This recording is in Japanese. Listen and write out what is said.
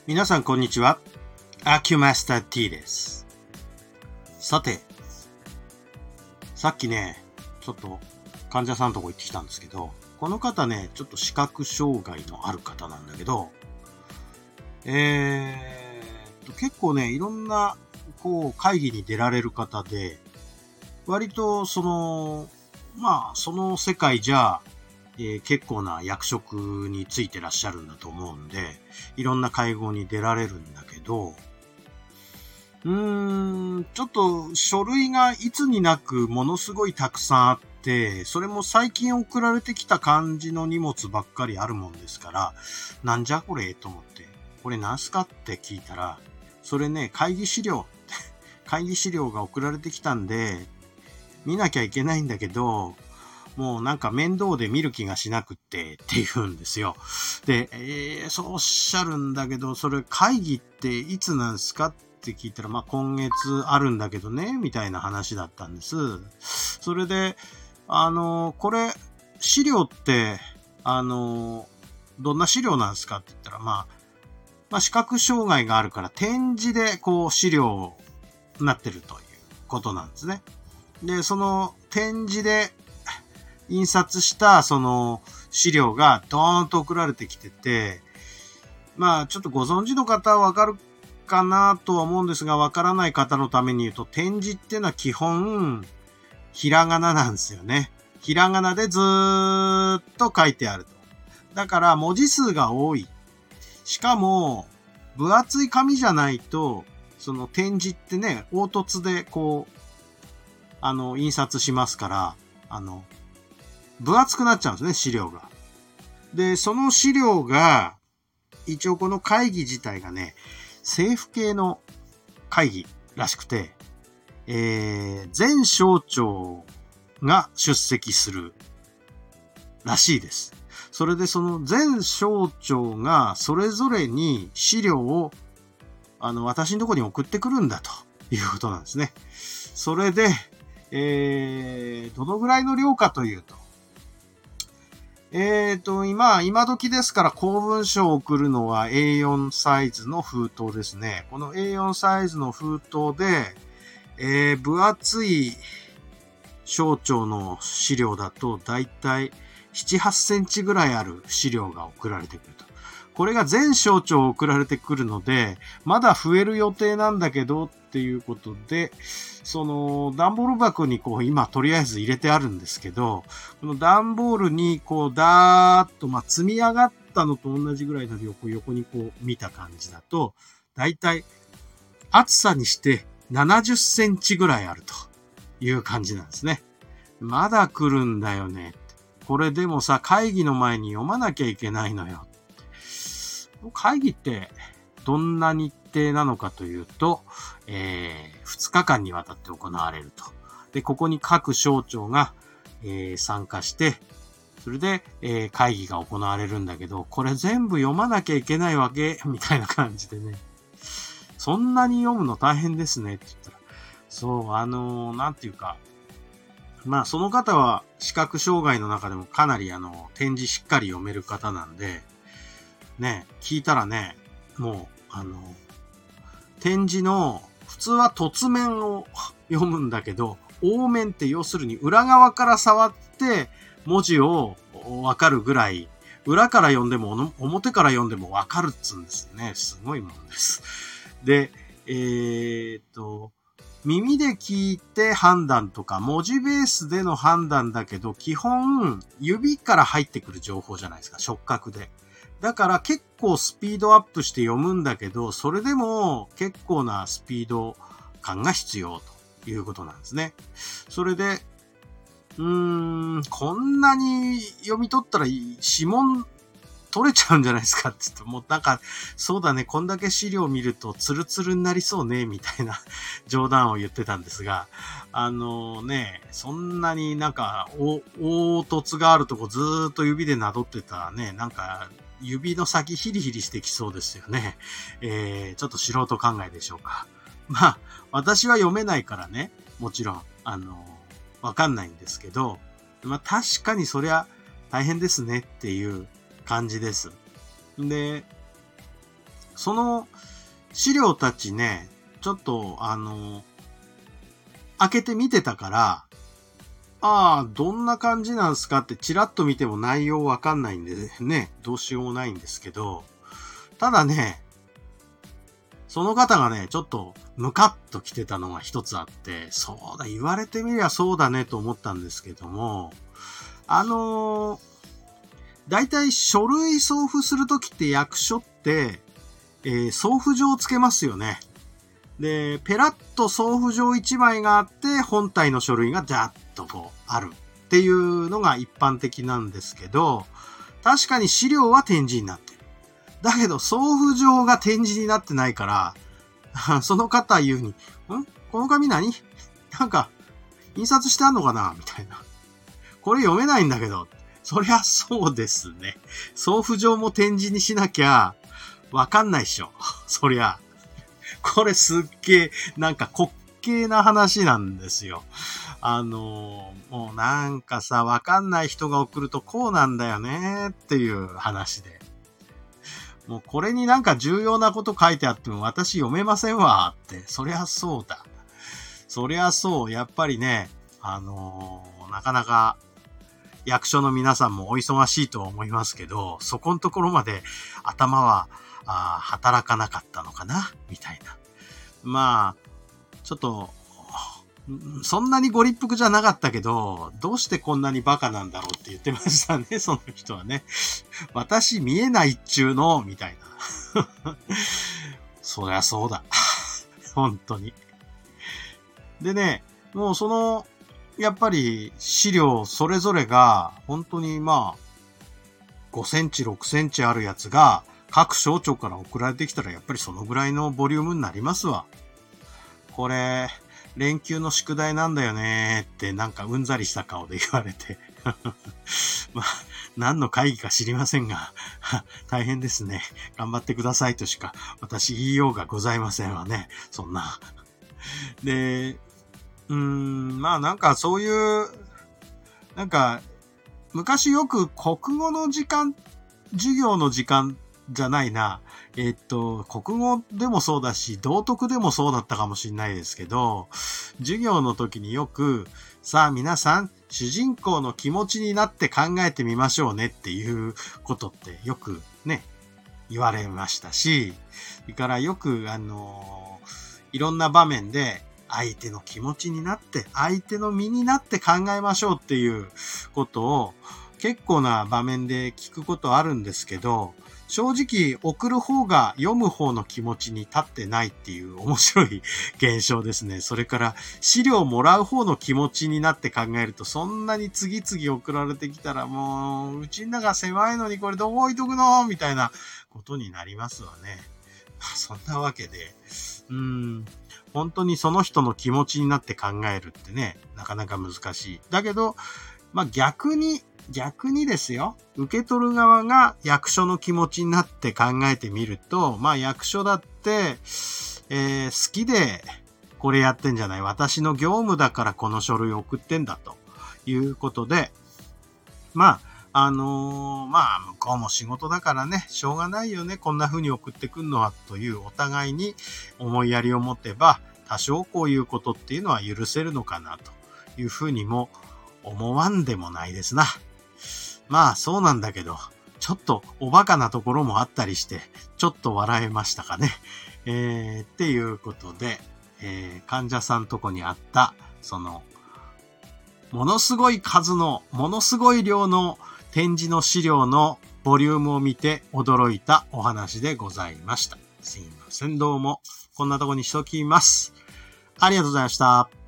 皆さんこんにちは。アキュマスター T です。さて、さっきね、ちょっと患者さんのとこ行ってきたんですけど、この方ね、ちょっと視覚障害のある方なんだけど、結構ね、いろんな会議に出られる方で、割とその世界じゃ、結構な役職についてらっしゃるんだと思うんで、いろんな会合に出られるんだけど、ちょっと書類がいつになくものすごいたくさんあって、それも最近送られてきた感じの荷物ばっかりあるもんですから、なんじゃこれと思って、これなんすかって聞いたら、それね、会議資料が送られてきたんで、見なきゃいけないんだけど、もうなんか面倒で見る気がしなくって言うんですよ。で、そうおっしゃるんだけど、それ会議っていつなんすかって聞いたら、今月あるんだけどね、みたいな話だったんです。それで、これ、資料って、どんな資料なんですかって言ったら、視覚障害があるから展示で資料になってるということなんですね。で、その展示で印刷したその資料がドーンと送られてきてて、ちょっとご存知の方はわかるかなとは思うんですが、わからない方のために言うと、展示っていうのは基本、ひらがななんですよね。ひらがなでずーっと書いてあると。だから文字数が多い。しかも、分厚い紙じゃないと、その展示ってね、凹凸で印刷しますから、分厚くなっちゃうんですね、資料が。で、その資料が、一応この会議自体がね、政府系の会議らしくて、全省庁が出席するらしいです。それでその全省庁がそれぞれに資料を私のところに送ってくるんだということなんですね。それで、どのぐらいの量かというと、今時ですから公文書を送るのは A4 サイズの封筒ですね。この A4 サイズの封筒で、分厚い省庁の資料だとだいたい7、8センチぐらいある資料が送られてくると。これが全省庁送られてくるので、まだ増える予定なんだけどっていうことで、その段ボール箱に今とりあえず入れてあるんですけど、この段ボールにダーッと積み上がったのと同じぐらいの量を横に見た感じだと、だいたい厚さにして70センチぐらいあるという感じなんですね。まだ来るんだよね。これでもさ、会議の前に読まなきゃいけないのよ。会議ってどんな日程なのかというと、2日間にわたって行われると。で、ここに各省庁が、参加して、それで、会議が行われるんだけど、これ全部読まなきゃいけないわけみたいな感じでね。そんなに読むの大変ですねって言ったら、そう、なんていうか、その方は視覚障害の中でもかなり展示しっかり読める方なんで、ね、聞いたらね、もう、展示の、普通は凸面を読むんだけど、凹面って要するに裏側から触って文字をわかるぐらい、裏から読んでも表から読んでもわかるっつうんですね。すごいもんです。で、耳で聞いて判断とか文字ベースでの判断だけど、基本指から入ってくる情報じゃないですか、触覚で。だから結構スピードアップして読むんだけど、それでも結構なスピード感が必要ということなんですね。それで、こんなに読み取ったら指紋取れちゃうんじゃないですかって言って、もうそうだね、こんだけ資料を見るとツルツルになりそうね、みたいな冗談を言ってたんですが、そんなに凹凸があるとこずーっと指でなどってたらね、指の先ヒリヒリしてきそうですよね。ちょっと素人考えでしょうか。私は読めないからね、もちろん、わかんないんですけど、確かにそりゃ大変ですねっていう感じです。で、 その資料たちね、ちょっと開けて見てたから、どんな感じなんすかってチラッと見ても内容わかんないんでね、どうしようもないんですけど、ただね、その方がね、ちょっとムカッと来てたのが一つあって、そうだ、言われてみりゃそうだねと思ったんですけども、だいたい書類送付するときって役所って、送付状をつけますよね。で、ペラッと送付状1枚があって、本体の書類がジャーッとこうあるっていうのが一般的なんですけど、確かに資料は展示になってる。だけど、送付状が展示になってないから、その方言うに、この紙何なんか、印刷してあんのかなみたいな。これ読めないんだけど。そりゃそうですね。送付状も展示にしなきゃ、わかんないっしょ。そりゃ。これすっげえ、なんか滑稽な話なんですよ。もうなんかさ、わかんない人が送るとこうなんだよねっていう話で。もうこれになんか重要なこと書いてあっても私読めませんわって。そりゃそうだ。そりゃそう。やっぱりね、なかなか役所の皆さんもお忙しいとは思いますけど、そこのところまで頭は働かなかったのかなみたいな。まあ、ちょっと、そんなにご立腹じゃなかったけど、どうしてこんなにバカなんだろうって言ってましたね、その人はね。私見えないっちゅうの、みたいな。そりゃそうだ。本当に。でね、もうやっぱり資料それぞれが、本当に5センチ、6センチあるやつが、各省庁から送られてきたら、やっぱりそのぐらいのボリュームになりますわ。これ、連休の宿題なんだよねってなんかうんざりした顔で言われて。何の会議か知りませんが、大変ですね。頑張ってくださいとしか私言いようがございませんわね。そんな。で、なんかそういう、なんか、昔よく国語の時間、授業の時間じゃないな。国語でもそうだし、道徳でもそうだったかもしれないですけど、授業の時によく、さあ皆さん、主人公の気持ちになって考えてみましょうねっていうことってよくね、言われましたし、それからよくいろんな場面で相手の気持ちになって、相手の身になって考えましょうっていうことを結構な場面で聞くことあるんですけど、正直送る方が読む方の気持ちに立ってないっていう面白い現象ですね。それから資料をもらう方の気持ちになって考えると、そんなに次々送られてきたらもう、うちの中狭いのにこれどこ置いとくのみたいなことになりますわね。そんなわけで、本当にその人の気持ちになって考えるってね、なかなか難しい。だけど、逆にですよ。受け取る側が役所の気持ちになって考えてみると、役所だって、好きでこれやってんじゃない。私の業務だからこの書類を送ってんだということで、向こうも仕事だからね、しょうがないよね。こんな風に送ってくんのはというお互いに思いやりを持てば、多少こういうことっていうのは許せるのかなという風にも思わんでもないですな。そうなんだけど、ちょっとおバカなところもあったりして、ちょっと笑えましたかね。っていうことで、患者さんとこにあった、ものすごい数の、ものすごい量の展示の資料のボリュームを見て驚いたお話でございました。すいません、どうも。こんなとこにしときます。ありがとうございました。